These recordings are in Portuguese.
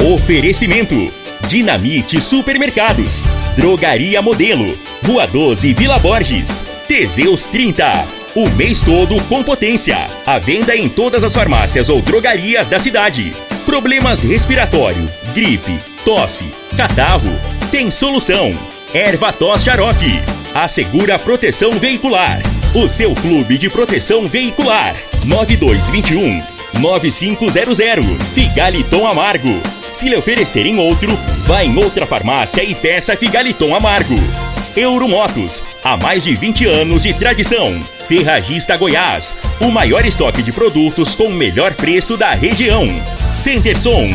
Oferecimento: Dinamite Supermercados, Drogaria Modelo, Rua 12, Vila Borges, Teseus 30. O mês todo com potência. À venda em todas as farmácias ou drogarias da cidade. Problemas respiratório, gripe, tosse, catarro. Tem solução. Ervatos Xarope. Assegura proteção veicular. O seu clube de proteção veicular. 9221-9500. Figaliton Amargo. Se lhe oferecerem outro, vá em outra farmácia e peça Figaliton Amargo. Euromotos, há mais de 20 anos de tradição. Ferragista Goiás, o maior estoque de produtos com o melhor preço da região. Centerson.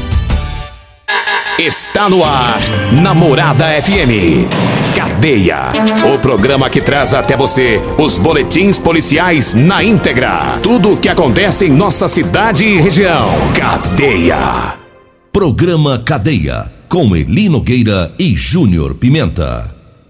Está no ar, Namorada FM. Cadeia, o programa que traz até você os boletins policiais na íntegra. Tudo o que acontece em nossa cidade e região. Cadeia. Programa Cadeia, com Eli Nogueira e Júnior Pimenta.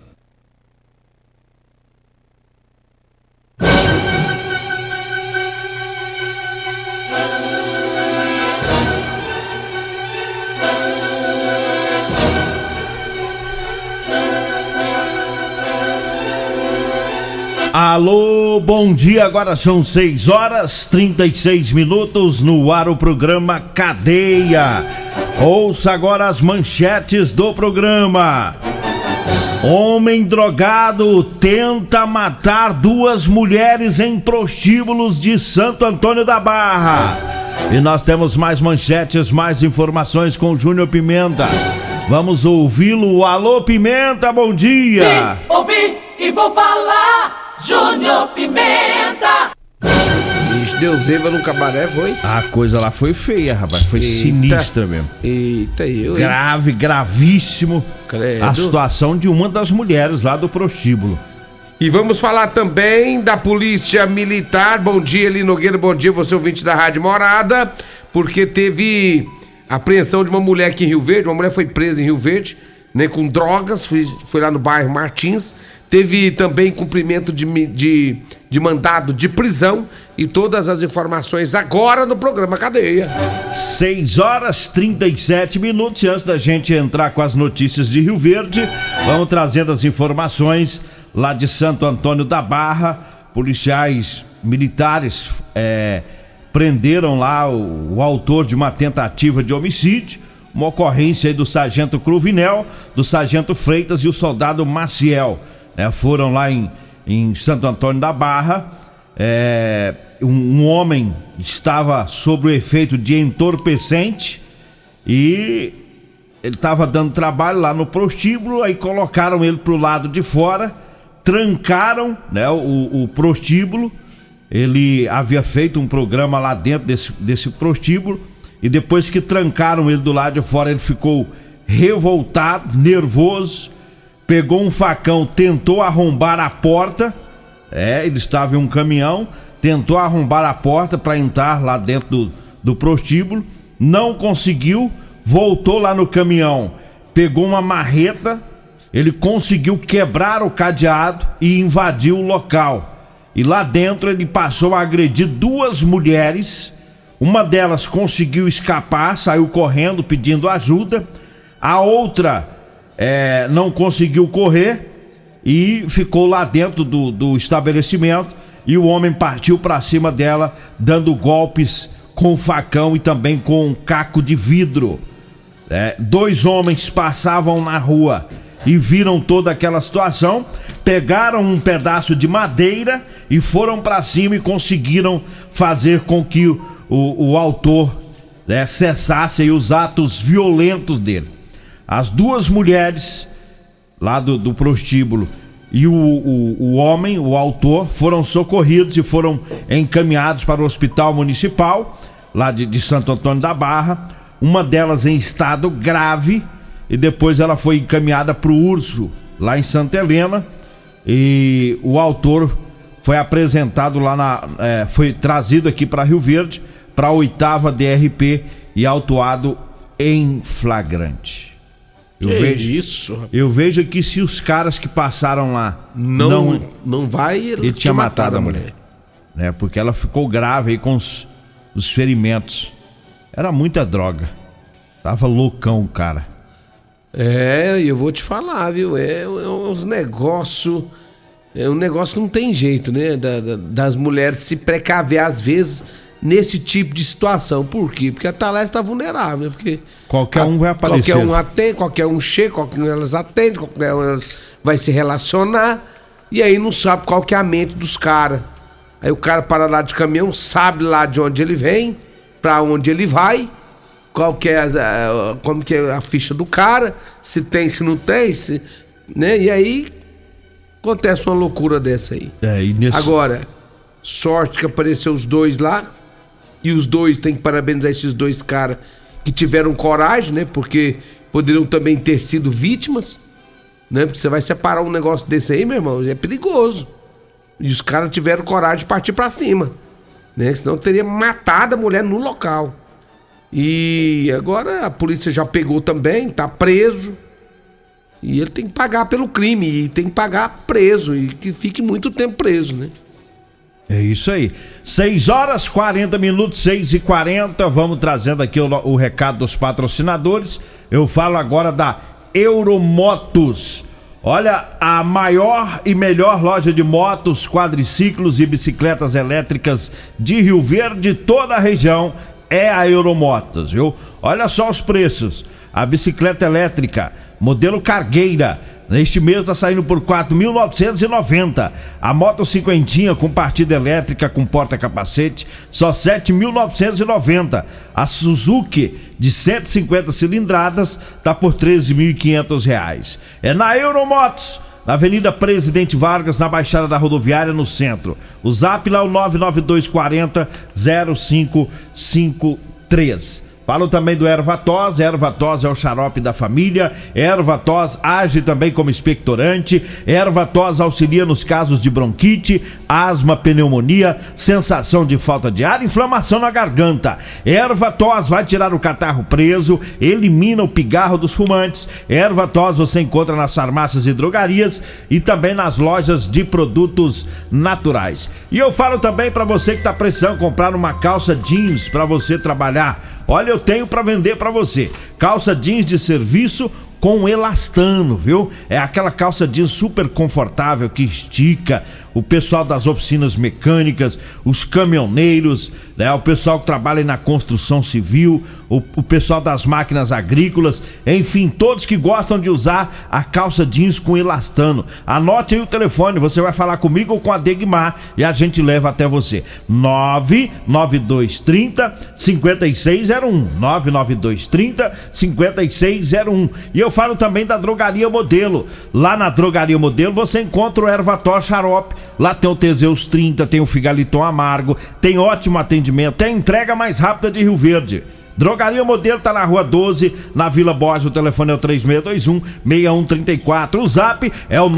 Alô, bom dia, agora são 6h36, no ar o programa Cadeia. Ouça agora as manchetes do programa. Homem drogado tenta matar 2 mulheres em prostíbulos de Santo Antônio da Barra. E nós temos mais manchetes, mais informações com o Júnior Pimenta. Vamos ouvi-lo. Alô, Pimenta, bom dia. Ouvi e vou falar. Júnior Pimenta. Bicho, deu zebra no cabaré, foi? A coisa lá foi feia, rapaz. Foi sinistra mesmo. Eita, eu. Grave, gravíssimo. Credo. A situação de uma das mulheres lá do prostíbulo. E vamos falar também da Polícia Militar. Bom dia, Eli Nogueira. Bom dia, você ouvinte da Rádio Morada. Porque teve apreensão de uma mulher aqui em Rio Verde. Uma mulher foi presa em Rio Verde, né, com drogas. Foi lá no bairro Martins. Teve também cumprimento de mandado de prisão. E todas as informações agora no programa Cadeia. 6h37. E antes da gente entrar com as notícias de Rio Verde, vamos trazendo as informações lá de Santo Antônio da Barra. Policiais militares prenderam lá o autor de uma tentativa de homicídio. Uma ocorrência aí do sargento Cruvinel, do sargento Freitas e o soldado Maciel. Foram lá em Santo Antônio da Barra. Um homem estava sob o efeito de entorpecente e ele estava dando trabalho lá no prostíbulo. Aí colocaram ele pro lado de fora, trancaram, né, o prostíbulo. Ele havia feito um programa lá dentro desse prostíbulo e depois que trancaram ele do lado de fora, ele ficou revoltado, nervoso, pegou um facão, tentou arrombar a porta. Ele estava em um caminhão, tentou arrombar a porta para entrar lá dentro do prostíbulo, não conseguiu, voltou lá no caminhão, pegou uma marreta, ele conseguiu quebrar o cadeado e invadiu o local. E lá dentro ele passou a agredir 2 mulheres, uma delas conseguiu escapar, saiu correndo pedindo ajuda, a outra não conseguiu correr e ficou lá dentro do estabelecimento, e o homem partiu para cima dela, dando golpes com facão e também com um caco de vidro. 2 homens passavam na rua e viram toda aquela situação, pegaram um pedaço de madeira e foram para cima e conseguiram fazer com que o autor cessasse aí os atos violentos dele. As 2 mulheres lá do prostíbulo e o homem, o autor, foram socorridos e foram encaminhados para o hospital municipal lá de Santo Antônio da Barra. Uma delas em estado grave e depois ela foi encaminhada para o Urso lá em Santa Helena, e o autor foi apresentado lá foi trazido aqui para Rio Verde para a 8ª DRP e autuado em flagrante. Eu vejo que se os caras que passaram lá não vai, ele tinha matado a mulher, né? Porque ela ficou grave aí com os ferimentos. Era muita droga. Tava loucão o cara. Eu vou te falar, viu? É uns negócios. É um negócio que não tem jeito, né? Das mulheres se precaver, às vezes, nesse tipo de situação. Por quê? Porque a Atalaia está vulnerável, né? Porque qualquer um vai aparecer. Qualquer um atende, qualquer um chega, qualquer um elas atendem, qualquer um elas vai se relacionar. E aí não sabe qual que é a mente dos caras. Aí o cara para lá de caminhão, sabe lá de onde ele vem, pra onde ele vai, qual que é como que é a ficha do cara, se tem, se não tem, né? E aí acontece uma loucura dessa aí. Agora, sorte que apareceu os dois lá, e os dois, tem que parabenizar esses dois caras que tiveram coragem, né? Porque poderiam também ter sido vítimas, né? Porque você vai separar um negócio desse aí, meu irmão, é perigoso. E os caras tiveram coragem de partir pra cima, né? Senão teria matado a mulher no local. E agora a polícia já pegou também, tá preso. E ele tem que pagar pelo crime, e tem que pagar preso, e que fique muito tempo preso, né? É isso aí. 6h40, 6h40. Vamos trazendo aqui o recado dos patrocinadores. Eu falo agora da Euromotos. Olha, a maior e melhor loja de motos, quadriciclos e bicicletas elétricas de Rio Verde, toda a região, é a Euromotos, viu? Olha só os preços. A bicicleta elétrica, modelo Cargueira, neste mês está saindo por R$ 4.990. A moto cinquentinha com partida elétrica com porta-capacete, só R$ 7.990. A Suzuki de 150 cilindradas está por R$ 13.500. É na Euromotos, na Avenida Presidente Vargas, na Baixada da Rodoviária, no centro. O zap lá é o 99240 0553. Falo também do Ervatos. Ervatos é o xarope da família. Ervatos age também como expectorante. Ervatos auxilia nos casos de bronquite, asma, pneumonia, sensação de falta de ar, inflamação na garganta. Ervatos vai tirar o catarro preso, elimina o pigarro dos fumantes. Ervatos você encontra nas farmácias e drogarias e também nas lojas de produtos naturais. E eu falo também para você que está precisando comprar uma calça jeans para você trabalhar. Olha, eu tenho para vender para você. Calça jeans de serviço com elastano, viu? É aquela calça jeans super confortável que estica. O pessoal das oficinas mecânicas, os caminhoneiros, né? O pessoal que trabalha na construção civil, o pessoal das máquinas agrícolas, enfim, todos que gostam de usar a calça jeans com elastano. Anote aí o telefone, você vai falar comigo ou com a Degmar e a gente leva até você. 99230-5601. 99230-5601. E eu falo também da Drogaria Modelo. Lá na Drogaria Modelo você encontra o Ervator Xarope. Lá tem o Teseus 30, tem o Figaliton Amargo, tem ótimo atendimento, tem a entrega mais rápida de Rio Verde. Drogaria Modelo tá na Rua 12, na Vila Borges, o telefone é o 3621-6134. O zap é o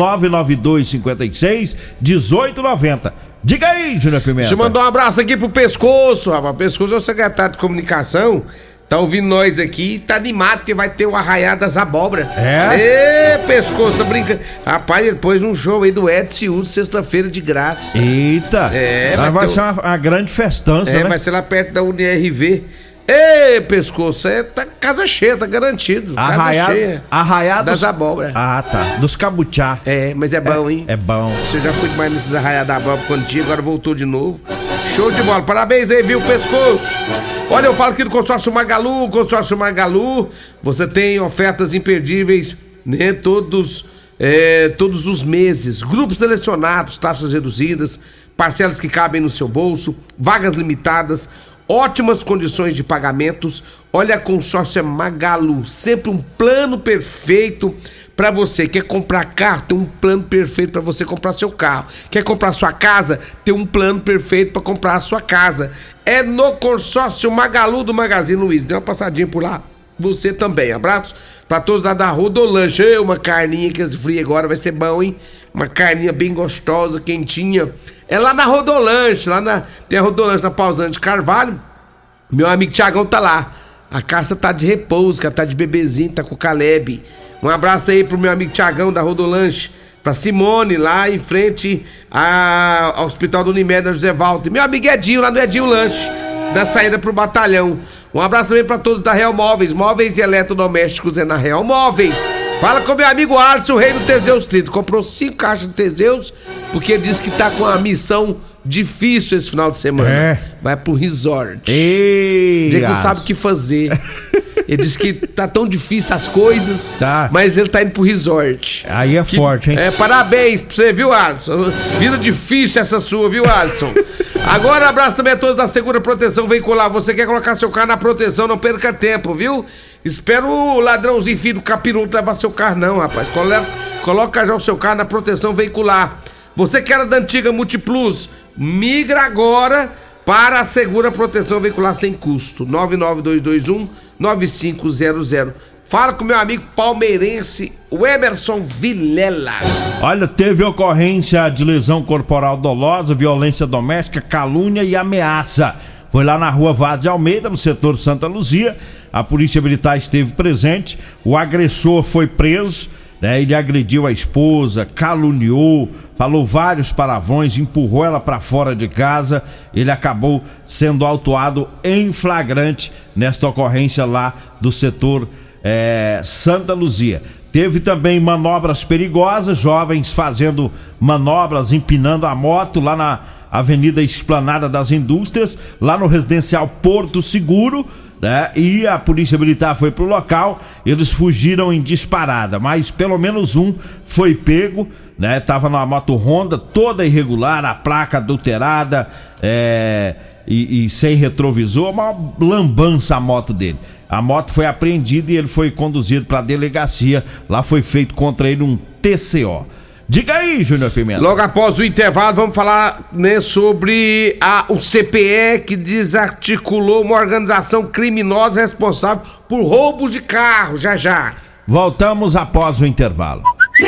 99256-1890. Diga aí, Júnior Pimenta. Deixa eu mandar um abraço aqui pro Pescoço, rapaz. Pescoço é o secretário de comunicação. Tá ouvindo nós aqui, tá animado que vai ter o Arraiá das Abóbora. É? Pescoço, tá brincando. Rapaz, ele pôs um show aí do Ed Ciúdo, sexta-feira de graça. Eita! Vai ser uma grande festança, né? Vai ser lá perto da UNRV. Pescoço, tá casa cheia, tá garantido. Casa cheia. Arraiá das Abóbora. Ah, tá. Dos Cabuchá. Mas é bom, hein? É bom. Você já foi demais nesses Arraiá da Abóbora quando tinha, agora voltou de novo. Show de bola. Parabéns aí, viu, Pescoço? Olha, eu falo aqui do Consórcio Magalu. Consórcio Magalu, você tem ofertas imperdíveis, né? Todos os meses. Grupos selecionados, taxas reduzidas, parcelas que cabem no seu bolso, vagas limitadas, ótimas condições de pagamentos. Olha, a Consórcio Magalu, sempre um plano perfeito para você. Quer comprar carro? Tem um plano perfeito para você comprar seu carro. Quer comprar sua casa? Tem um plano perfeito para comprar a sua casa. É no Consórcio Magalu do Magazine Luiza. Dê uma passadinha por lá. Você também. Abraço para todos lá da Rodolanche. Uma carninha que fria agora vai ser bom, hein? Uma carninha bem gostosa, quentinha. É lá na Rodolanche. Tem a Rodolanche na Pausante de Carvalho. Meu amigo Thiagão tá lá. A Cássia tá de repouso, tá de bebezinho, tá com o Caleb. Um abraço aí pro meu amigo Thiagão da Rodolanche. Pra Simone, lá em frente ao Hospital do Unimed, da José Walter. Meu amigo Edinho, lá no Edinho Lanche, da saída pro batalhão. Um abraço também pra todos da Real Móveis. Móveis e eletrodomésticos é na Real Móveis. Fala com meu amigo Alisson, o rei do Teseus 30. Comprou 5 caixas de Teseus porque ele disse que tá com uma missão difícil esse final de semana. Vai pro resort. Diz que não sabe o que fazer. Ele disse que tá tão difícil as coisas, mas ele tá indo pro resort. Aí é forte, hein? Parabéns pra você, viu, Alisson? Vida difícil essa sua, viu, Alisson? Agora, abraço também a todos da Segura Proteção Veicular. Você quer colocar seu carro na proteção, não perca tempo, viu? Espera o ladrãozinho filho do capiroto levar seu carro, não, rapaz. Coloca já o seu carro na proteção veicular. Você que era da antiga Multiplus, migra agora para a Segura Proteção Veicular sem custo. 99221-9500. Fala com meu amigo palmeirense, o Emerson Vilela. Olha, teve ocorrência de lesão corporal dolosa, violência doméstica, calúnia e ameaça. Foi lá na rua Vaz de Almeida, no setor Santa Luzia. A polícia militar esteve presente. O agressor foi preso, né? Ele agrediu a esposa, caluniou, falou vários palavrões, empurrou ela para fora de casa. Ele acabou sendo autuado em flagrante nesta ocorrência lá do setor Santa Luzia. Teve também manobras perigosas, jovens fazendo manobras, empinando a moto lá na Avenida Esplanada das Indústrias, lá no residencial Porto Seguro, né? E a polícia militar foi pro local. Eles fugiram em disparada, mas pelo menos um foi pego, né? Tava numa moto Honda toda irregular, a placa adulterada, e sem retrovisor, uma lambança a moto dele. A moto foi apreendida e ele foi conduzido para a delegacia. Lá foi feito contra ele um TCO. Diga aí, Júnior Pimenta. Logo após o intervalo, vamos falar, né, sobre o CPE, que desarticulou uma organização criminosa responsável por roubos de carro. Já. Voltamos após o intervalo.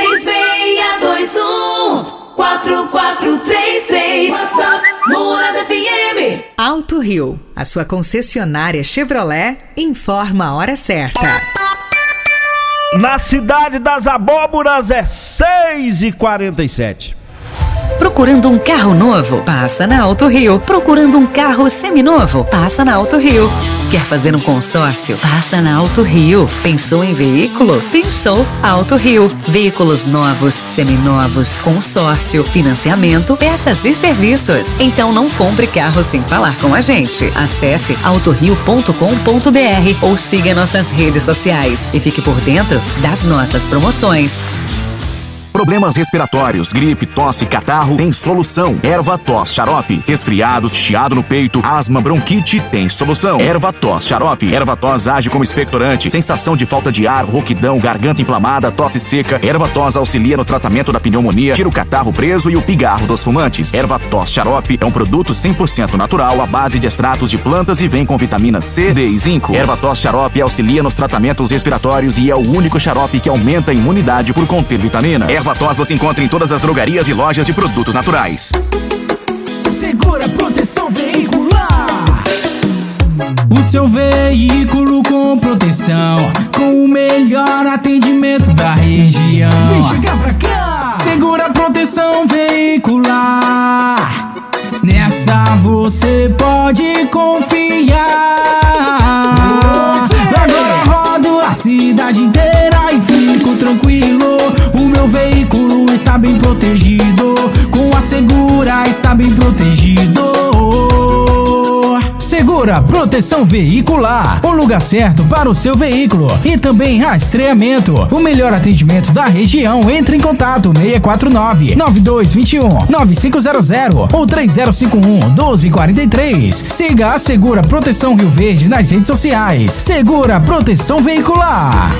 3621-4433 WhatsApp Morada FM. Alto Rio, a sua concessionária Chevrolet, informa a hora certa. Na cidade das abóboras é 6h47. Procurando um carro novo? Passa na Alto Rio. Procurando um carro seminovo? Passa na Alto Rio. Quer fazer um consórcio? Passa na Alto Rio. Pensou em veículo? Pensou Alto Rio. Veículos novos, seminovos, consórcio, financiamento, peças e serviços. Então não compre carro sem falar com a gente. Acesse autorio.com.br ou siga nossas redes sociais e fique por dentro das nossas promoções. Problemas respiratórios, gripe, tosse, catarro, tem solução. Erva-tos Xarope. Resfriados, chiado no peito, asma, bronquite, tem solução. Erva-tos Xarope. Erva-tos age como expectorante. Sensação de falta de ar, rouquidão, garganta inflamada, tosse seca. Erva-tos auxilia no tratamento da pneumonia, tira o catarro preso e o pigarro dos fumantes. Erva-tos Xarope é um produto 100% natural à base de extratos de plantas e vem com vitamina C, D e zinco. Erva-tos Xarope auxilia nos tratamentos respiratórios e é o único xarope que aumenta a imunidade por conter vitaminas. Erva-tos você encontra em todas as drogarias e lojas de produtos naturais. Segura Proteção Veicular. O seu veículo com proteção, com o melhor atendimento da região. Vem chegar pra cá. Segura Proteção Veicular. Nessa você pode confiar. Agora rodo a cidade inteira e fico tranquilo. O meu veículo está bem protegido. Com a Segura está bem protegido. Segura Proteção Veicular, o lugar certo para o seu veículo e também rastreamento. O melhor atendimento da região. Entre em contato 649-9221-9500 ou 3051-1243. Siga a Segura Proteção Rio Verde nas redes sociais. Segura Proteção Veicular.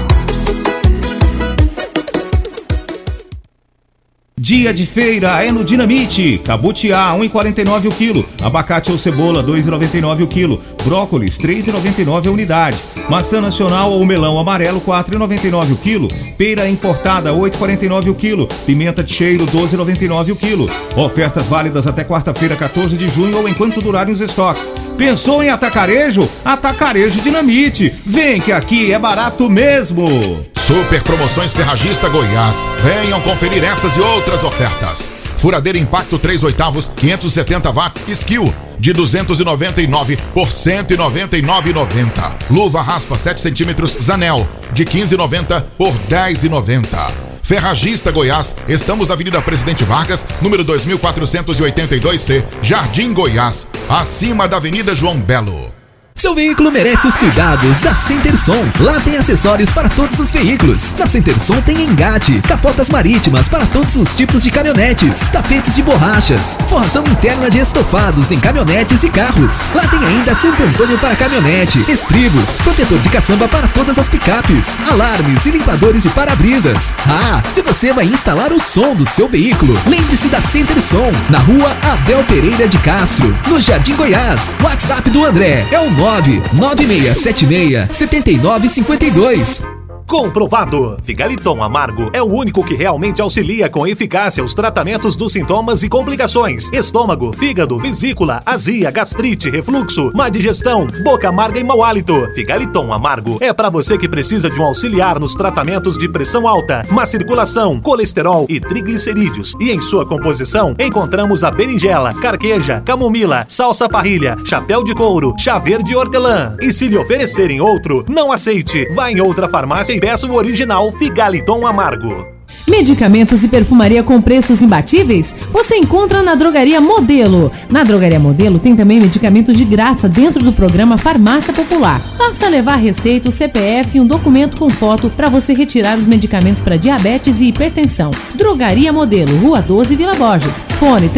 Dia de feira é no Dinamite. Cabutiá 1,49 o quilo, abacate ou cebola 2,99 o quilo, brócolis 3,99 a unidade, maçã nacional ou melão amarelo 4,99 o quilo, pera importada 8,49 o quilo, pimenta de cheiro 12,99 o quilo. Ofertas válidas até quarta-feira 14 de junho ou enquanto durarem os estoques. Pensou em atacarejo? Atacarejo Dinamite. Vem que aqui é barato mesmo. Super Promoções Ferragista Goiás. Venham conferir essas e outras ofertas. Furadeira Impacto 3/8, 570 watts, Skill, de 299 por 199,90. Luva raspa 7 centímetros Zanel, de 15,90 por 10,90. Ferragista Goiás, estamos na Avenida Presidente Vargas, número 2482C, Jardim Goiás, acima da Avenida João Belo. Seu veículo merece os cuidados da Centerson. Lá tem acessórios para todos os veículos. Na Centerson tem engate, capotas marítimas para todos os tipos de caminhonetes, tapetes de borrachas, forração interna de estofados em caminhonetes e carros. Lá tem ainda Santo Antônio para caminhonete, estribos, protetor de caçamba para todas as picapes, alarmes e limpadores de para-brisas. Ah, se você vai instalar o som do seu veículo, lembre-se da Centerson, na rua Abel Pereira de Castro, no Jardim Goiás. O WhatsApp do André é o 99676-7952. Comprovado. Figaliton Amargo é o único que realmente auxilia com eficácia os tratamentos dos sintomas e complicações: estômago, fígado, vesícula, azia, gastrite, refluxo, má digestão, boca amarga e mau hálito. Figaliton Amargo é para você que precisa de um auxiliar nos tratamentos de pressão alta, má circulação, colesterol e triglicerídeos. E em sua composição encontramos a berinjela, carqueja, camomila, salsa parrilha, chapéu de couro, chá verde e hortelã. E se lhe oferecerem outro, não aceite. Vá em outra farmácia e peça o original Figaliton Amargo. Medicamentos e perfumaria com preços imbatíveis? Você encontra na Drogaria Modelo. Na Drogaria Modelo tem também medicamentos de graça dentro do programa Farmácia Popular. Basta levar a receita, o CPF e um documento com foto para você retirar os medicamentos para diabetes e hipertensão. Drogaria Modelo, Rua 12, Vila Borges. Fone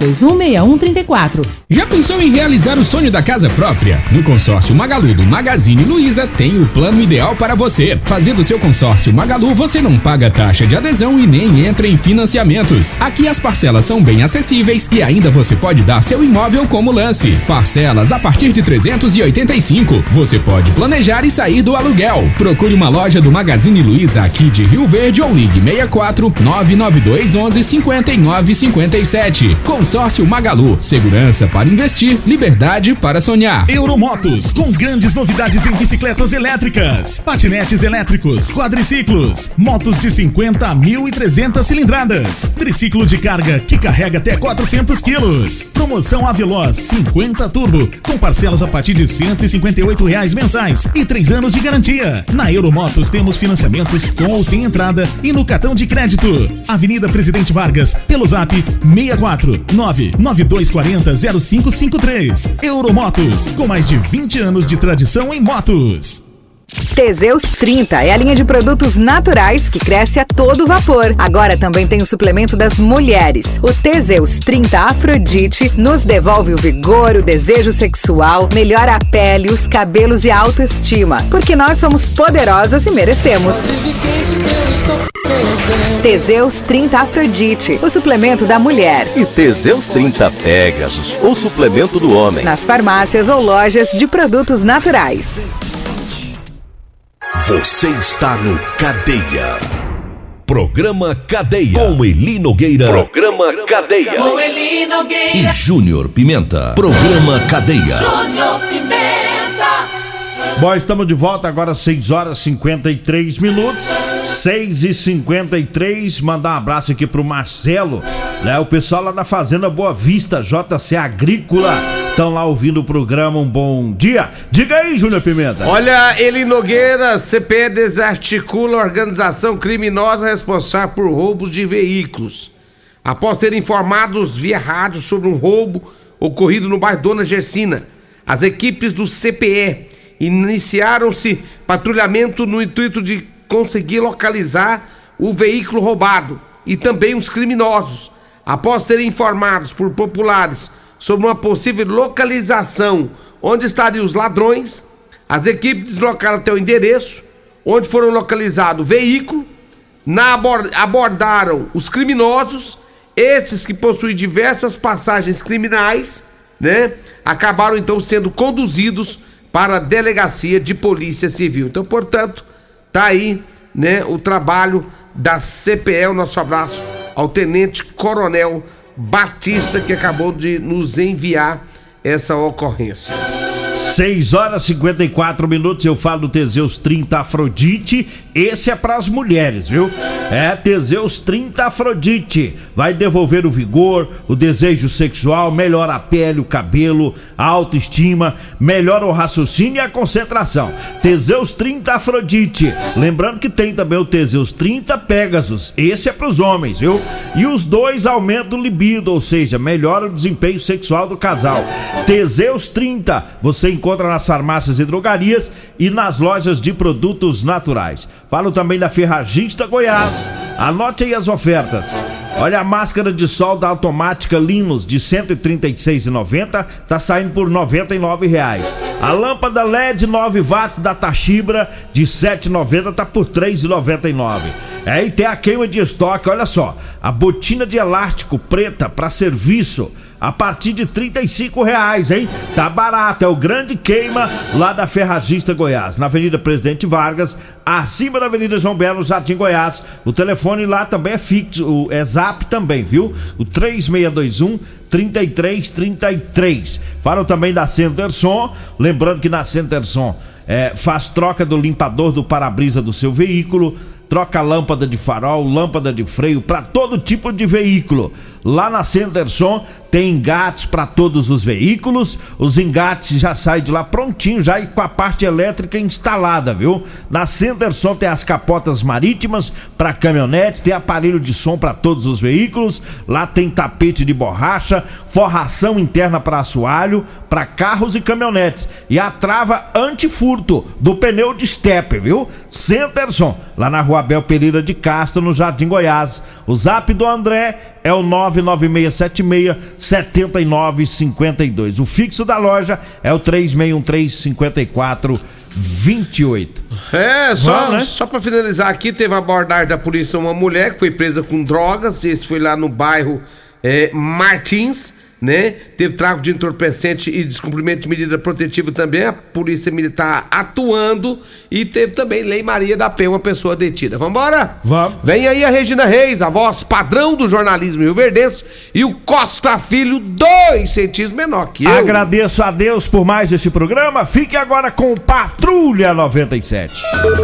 3621-6134. Já pensou em realizar o sonho da casa própria? No consórcio Magalu do Magazine Luiza tem o plano ideal para você. Fazendo seu consórcio Magalu, você não paga taxa de adesão e nem entra em financiamentos. Aqui as parcelas são bem acessíveis e ainda você pode dar seu imóvel como lance. Parcelas a partir de 385. Você pode planejar e sair do aluguel. Procure uma loja do Magazine Luiza aqui de Rio Verde ou ligue 64 992 11 59 57. Consórcio Magalu. Segurança para investir, liberdade para sonhar. Euromotos, com grandes novidades em bicicletas elétricas, patinetes elétricos, quadriciclos, motos de 50 a 1.300 cilindradas, triciclo de carga que carrega até 400 quilos. Promoção Aveloz 50 Turbo, com parcelas a partir de R$158 mensais e 3 anos de garantia. Na Euromotos temos financiamentos com ou sem entrada e no cartão de crédito. Avenida Presidente Vargas, pelo zap 64 99240 0553. Euromotos, com mais de 20 anos de tradição em motos. Teseus 30 é a linha de produtos naturais que cresce a todo vapor. Agora também tem o suplemento das mulheres. O Teseus 30 Afrodite nos devolve o vigor, o desejo sexual, melhora a pele, os cabelos e a autoestima. Porque nós somos poderosas e merecemos. Teseus 30 Afrodite, o suplemento da mulher. E Teseus 30 Pegasus, o suplemento do homem. Nas farmácias ou lojas de produtos naturais. Você está no Cadeia. Programa Cadeia. Com Eli Nogueira. Programa Cadeia. Com Eli Nogueira. E Júnior Pimenta. Programa Cadeia. Júnior Pimenta. Bom, estamos de volta agora, 6 horas e 53 minutos. 6h53. Mandar um abraço aqui pro Marcelo, né? O pessoal lá na Fazenda Boa Vista, JC Agrícola. Estão lá ouvindo o programa, um bom dia. Diga aí, Júnior Pimenta. Olha, Eli Nogueira, CPE desarticula a organização criminosa responsável por roubos de veículos. Após serem informados via rádio sobre um roubo ocorrido no bairro Dona Gersina, as equipes do CPE iniciaram-se patrulhamento no intuito de conseguir localizar o veículo roubado e também os criminosos. Após serem informados por populares sobre uma possível localização onde estariam os ladrões, as equipes deslocaram até o endereço onde foram localizados o veículo, abordaram os criminosos, esses que possuem diversas passagens criminais, né? Acabaram então sendo conduzidos para a delegacia de polícia civil. Então, portanto, tá aí, né, o trabalho da CPE. O nosso abraço ao Tenente Coronel Batista, que acabou de nos enviar essa ocorrência. 6h54, eu falo do Teseus 30 Afrodite, esse é pras mulheres, viu? É Teseus 30 Afrodite, vai devolver o vigor, o desejo sexual, melhora a pele, o cabelo, a autoestima, melhora o raciocínio e a concentração. Teseus 30 Afrodite, lembrando que tem também o Teseus 30 Pegasus, esse é pros homens, viu? E os dois aumentam o libido, ou seja, melhora o desempenho sexual do casal. Teseus 30, você encontra nas farmácias e drogarias e nas lojas de produtos naturais. Falo também da Ferragista Goiás. Anote aí as ofertas. Olha, a máscara de sol da Automática Linus de R$ 136,90 tá saindo por R$ 99,00. A lâmpada LED 9 watts da Tachibra de R$ 7,90 tá por R$ 3,99. E tem a queima de estoque, olha só. A botina de elástico preta para serviço a partir de R$ 35,00, hein? Tá barato, é o grande queima lá da Ferragista Goiás, na Avenida Presidente Vargas, acima da Avenida João Belo, Jardim Goiás. O telefone lá também é fixo, é zap também, viu? O 3621-3333. Falam também da Centerson, lembrando que na Centerson faz troca do limpador do para-brisa do seu veículo, troca lâmpada de farol, lâmpada de freio para todo tipo de veículo. Lá na Centerson tem engates para todos os veículos. Os engates já saem de lá prontinho, já e com a parte elétrica instalada, viu? Na Centerson tem as capotas marítimas para caminhonetes, tem aparelho de som para todos os veículos. Lá tem tapete de borracha, forração interna para assoalho, para carros e caminhonetes. E a trava antifurto do pneu de step, viu? Centerson, lá na Rua Abel Pereira de Castro, no Jardim Goiás. O zap do André é o 99676-7952. O fixo da loja é o 3613-5428. Só pra finalizar aqui, teve a abordagem da polícia uma mulher que foi presa com drogas. Esse foi lá no bairro Martins, né? Teve tráfico de entorpecente e descumprimento de medida protetiva também. A polícia militar atuando. E teve também Lei Maria da Penha, uma pessoa detida. Vambora? Vamos. Vem aí a Regina Reis, a voz padrão do jornalismo rioverdense, e o Costa Filho, 2 centímetros menor que eu. Agradeço a Deus por mais esse programa. Fique agora com Patrulha 97.